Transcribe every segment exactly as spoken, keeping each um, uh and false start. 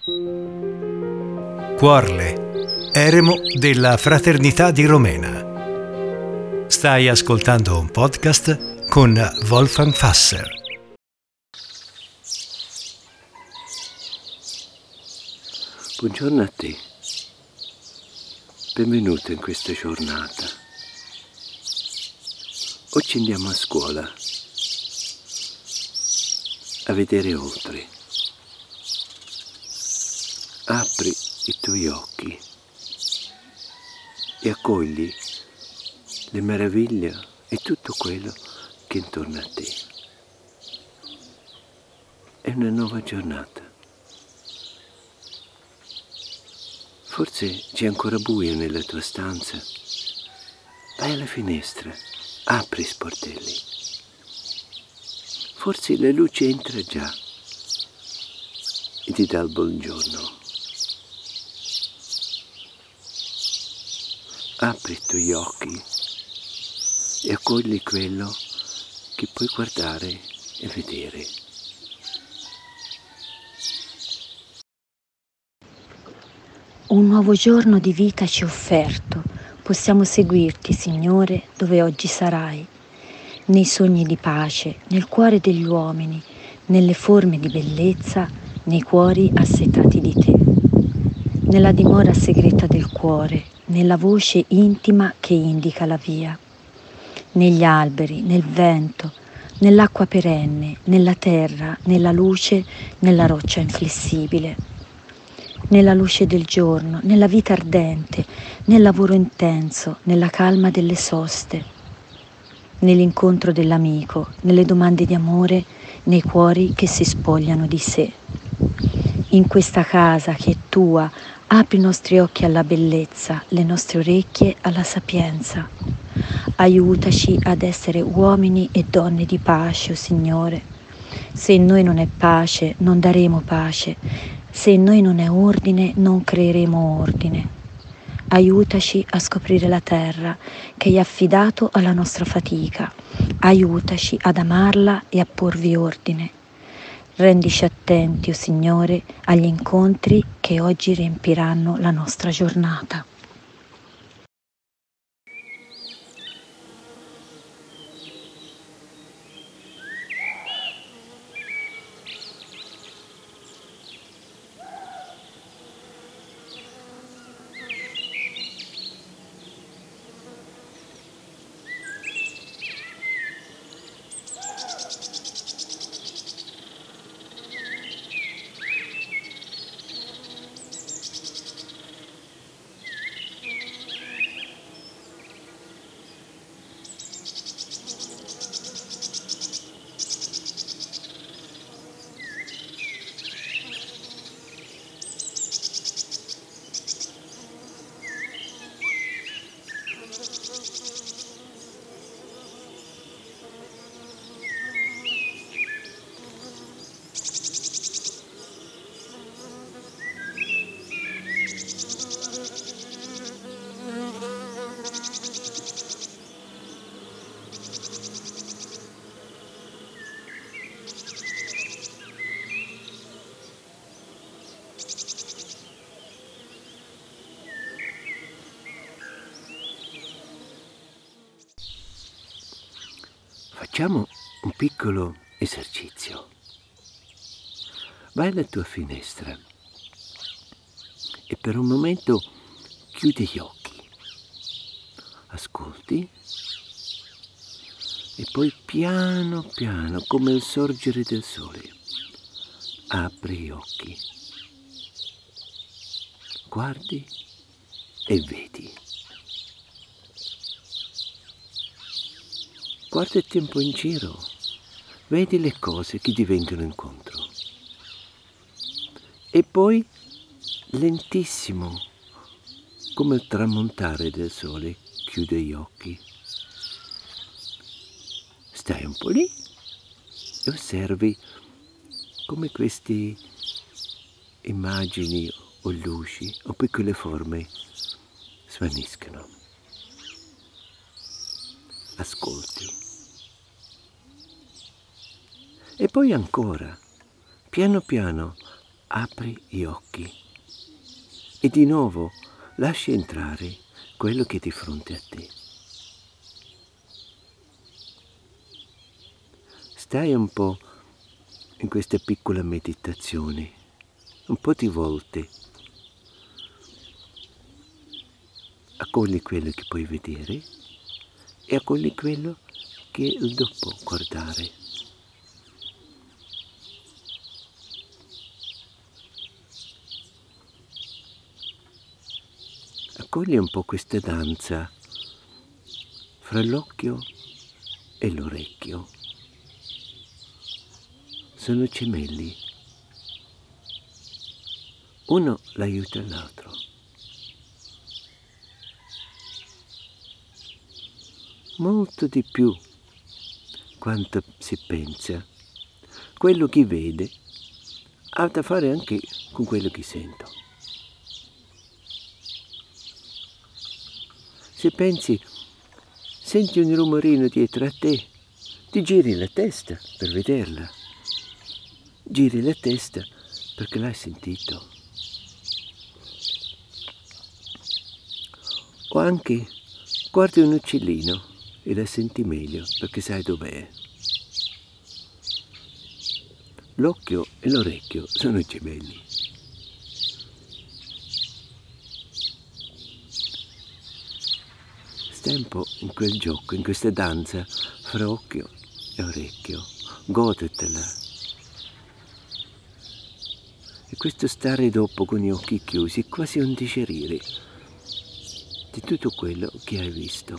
Quorle, eremo della Fraternità di Romena. Stai ascoltando un podcast con Wolfgang Fasser. Buongiorno a te. Benvenuto in questa giornata. Oggi andiamo a scuola a vedere oltre. Apri i tuoi occhi e accogli le meraviglie e tutto quello che è intorno a te. È una nuova giornata. Forse c'è ancora buio nella tua stanza. Vai alla finestra, apri i sportelli. Forse la luce entra già e ti dà il buongiorno. Apri i tuoi occhi e accogli quello che puoi guardare e vedere. Un nuovo giorno di vita ci è offerto. Possiamo seguirti, Signore, dove oggi sarai. Nei sogni di pace, nel cuore degli uomini, nelle forme di bellezza, nei cuori assetati di te. Nella dimora segreta del cuore, nella voce intima che indica la via. Negli alberi, nel vento, nell'acqua perenne, nella terra, nella luce, nella roccia inflessibile. Nella luce del giorno, nella vita ardente, nel lavoro intenso, nella calma delle soste, nell'incontro dell'amico, nelle domande di amore, nei cuori che si spogliano di sé. In questa casa che è tua, apri i nostri occhi alla bellezza, le nostre orecchie alla sapienza. Aiutaci ad essere uomini e donne di pace, o Signore. Se in noi non è pace, non daremo pace. Se in noi non è ordine, non creeremo ordine. Aiutaci a scoprire la terra che hai affidato alla nostra fatica. Aiutaci ad amarla e a porvi ordine. Rendici attenti, o Signore, agli incontri che oggi riempiranno la nostra giornata. Facciamo un piccolo esercizio. Vai alla tua finestra e per un momento chiudi gli occhi. Ascolti e poi piano piano, come il sorgere del sole, apri gli occhi. Guardi e vedi. Guardati un po' in giro, vedi le cose che ti vengono incontro. E poi, lentissimo, come il tramontare del sole, chiude gli occhi. Stai un po' lì e osservi come queste immagini o luci o piccole forme svaniscono. Ascolti. E poi ancora, piano piano, apri gli occhi e di nuovo lascia entrare quello che è di fronte a te. Stai un po' in questa piccola meditazione, un po' di volte. Accogli quello che puoi vedere e accogli quello che è il dopo guardare. Accogli un po' questa danza fra l'occhio e l'orecchio. Sono gemelli. Uno l'aiuta l'altro. Molto di più quanto si pensa. Quello che vede ha da fare anche con quello che sento. Se pensi, senti un rumorino dietro a te, ti giri la testa per vederla. Giri la testa perché l'hai sentito. O anche guardi un uccellino e la senti meglio perché sai dov'è. L'occhio e l'orecchio sono gemelli. Stai un po' in quel gioco, in questa danza fra occhio e orecchio. Godetela. E questo stare dopo con gli occhi chiusi è quasi un digerire di tutto quello che hai visto.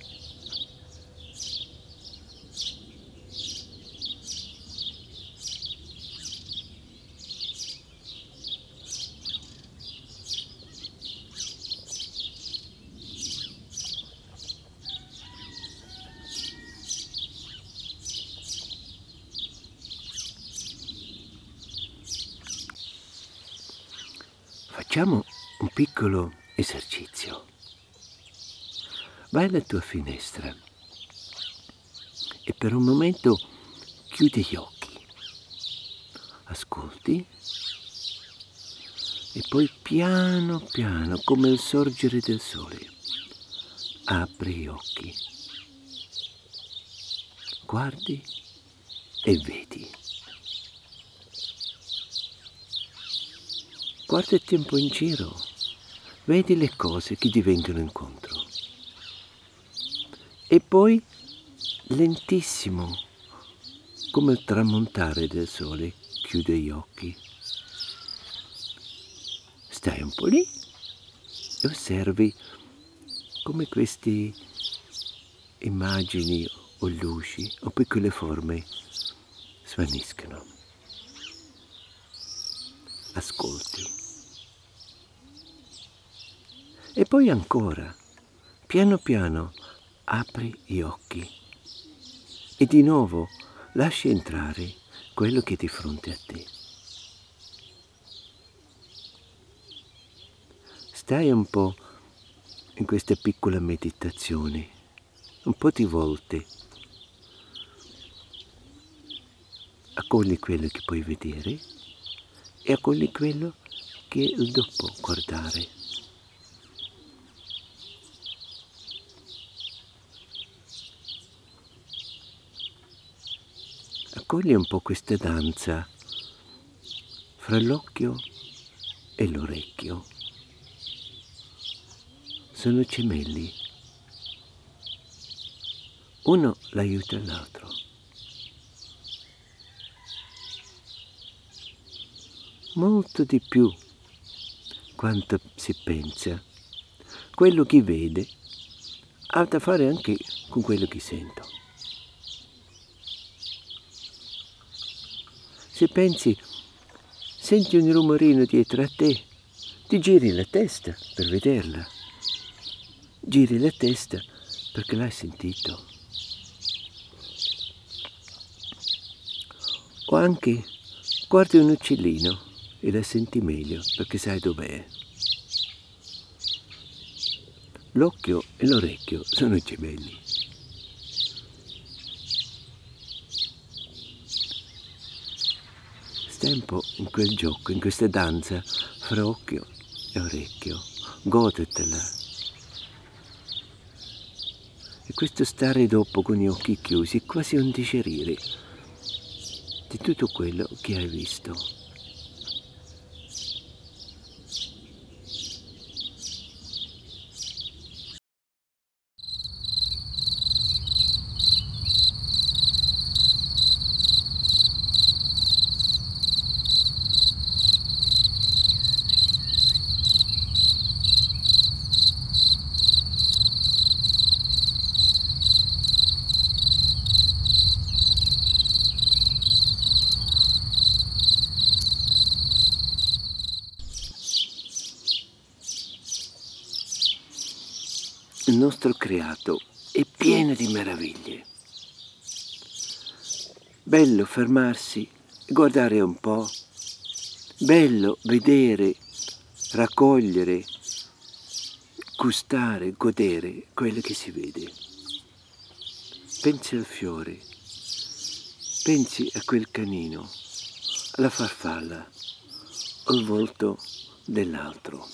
Facciamo un piccolo esercizio. Vai alla tua finestra e per un momento chiudi gli occhi. Ascolti e poi piano piano, come il sorgere del sole, apri gli occhi. Guardi e vedi. Guardati un po' in giro, vedi le cose che ti vengono incontro. E poi, lentissimo, come il tramontare del sole, chiude gli occhi. Stai un po' lì e osservi come queste immagini o luci o piccole forme svaniscono. Ascolti. E poi ancora, piano piano, apri gli occhi e di nuovo lasci entrare quello che è di fronte a te. Stai un po' in questa piccola meditazione, un po' di volte. Accogli quello che puoi vedere e accogli quello che è il dopo guardare. Accogli un po' questa danza fra l'occhio e l'orecchio. Sono gemelli. Uno l'aiuta l'altro. Molto di più quanto si pensa. Quello che vede ha da fare anche con quello che sento. Se pensi, senti un rumorino dietro a te, ti giri la testa per vederla. Giri la testa perché l'hai sentito. O anche guardi un uccellino e la senti meglio perché sai dov'è. L'occhio e l'orecchio sono gemelli. tempo in quel gioco, in questa danza fra occhio e orecchio, godetela. E questo stare dopo con gli occhi chiusi è quasi un digerire di tutto quello che hai visto. Il nostro creato è pieno di meraviglie. Bello fermarsi e guardare un po'. Bello vedere, raccogliere, gustare, godere quello che si vede. Pensi al fiore, pensi a quel canino, alla farfalla, al volto dell'altro.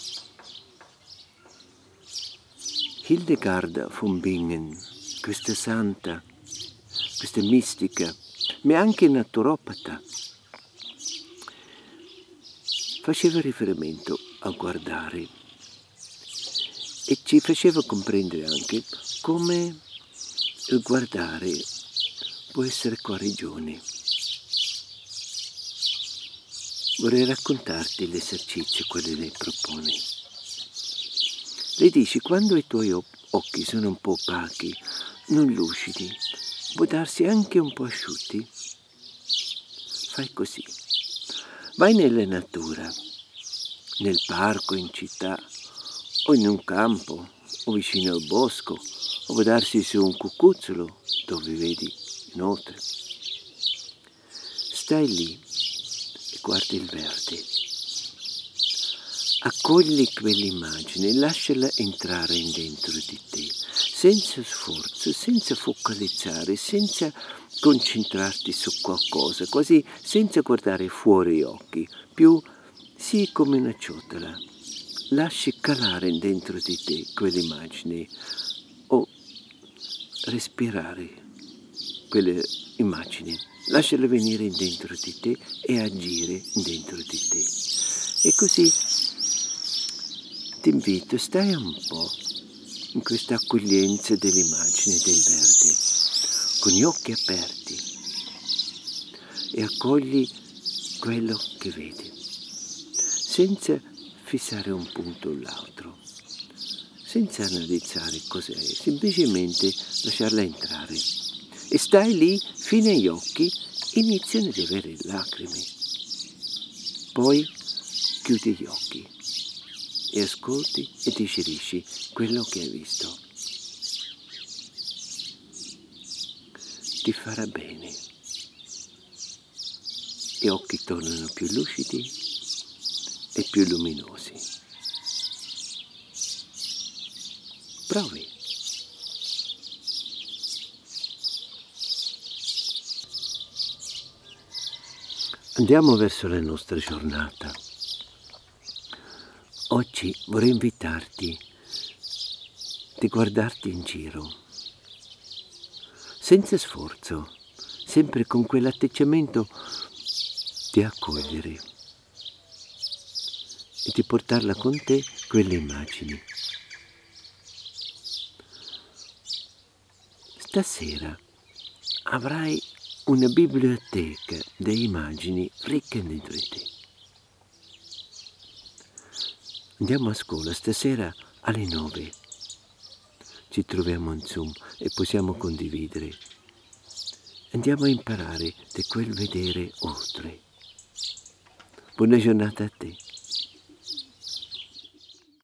Hildegarda von Bingen, questa santa, questa mistica, ma anche naturopata, faceva riferimento a guardare e ci faceva comprendere anche come il guardare può essere guarigione. Vorrei raccontarti l'esercizio che lei propone. Lei dice, quando i tuoi occhi sono un po' opachi, non lucidi, può darsi anche un po' asciutti, fai così. Vai nella natura, nel parco, in città, o in un campo, o vicino al bosco, o può darsi su un cucuzzolo dove vedi inoltre. Stai lì e guardi il verde. Accogli quell'immagine, lasciala entrare in dentro di te, senza sforzo, senza focalizzare, senza concentrarti su qualcosa, quasi senza guardare fuori gli occhi, più sii come una ciotola. Lasci calare dentro di te quell'immagine o respirare quell'immagine. Lasciala venire dentro di te e agire dentro di te. E così ti invito, stai un po' in questa accoglienza dell'immagine del verde, con gli occhi aperti, e accogli quello che vedi, senza fissare un punto o l'altro, senza analizzare cos'è, semplicemente lasciarla entrare. E stai lì fino agli occhi, iniziano ad avere lacrime. Poi chiudi gli occhi e ascolti e digerisci quello che hai visto. Ti farà bene. Gli occhi tornano più lucidi e più luminosi. Provi. Andiamo verso la nostra giornata. Oggi vorrei invitarti di guardarti in giro, senza sforzo, sempre con quell'atteggiamento di accogliere e di portarla con te quelle immagini. Stasera avrai una biblioteca di immagini ricche dentro di te. Andiamo a scuola stasera alle nove. Ci troviamo in Zoom e possiamo condividere. Andiamo a imparare di quel vedere oltre. Buona giornata a te.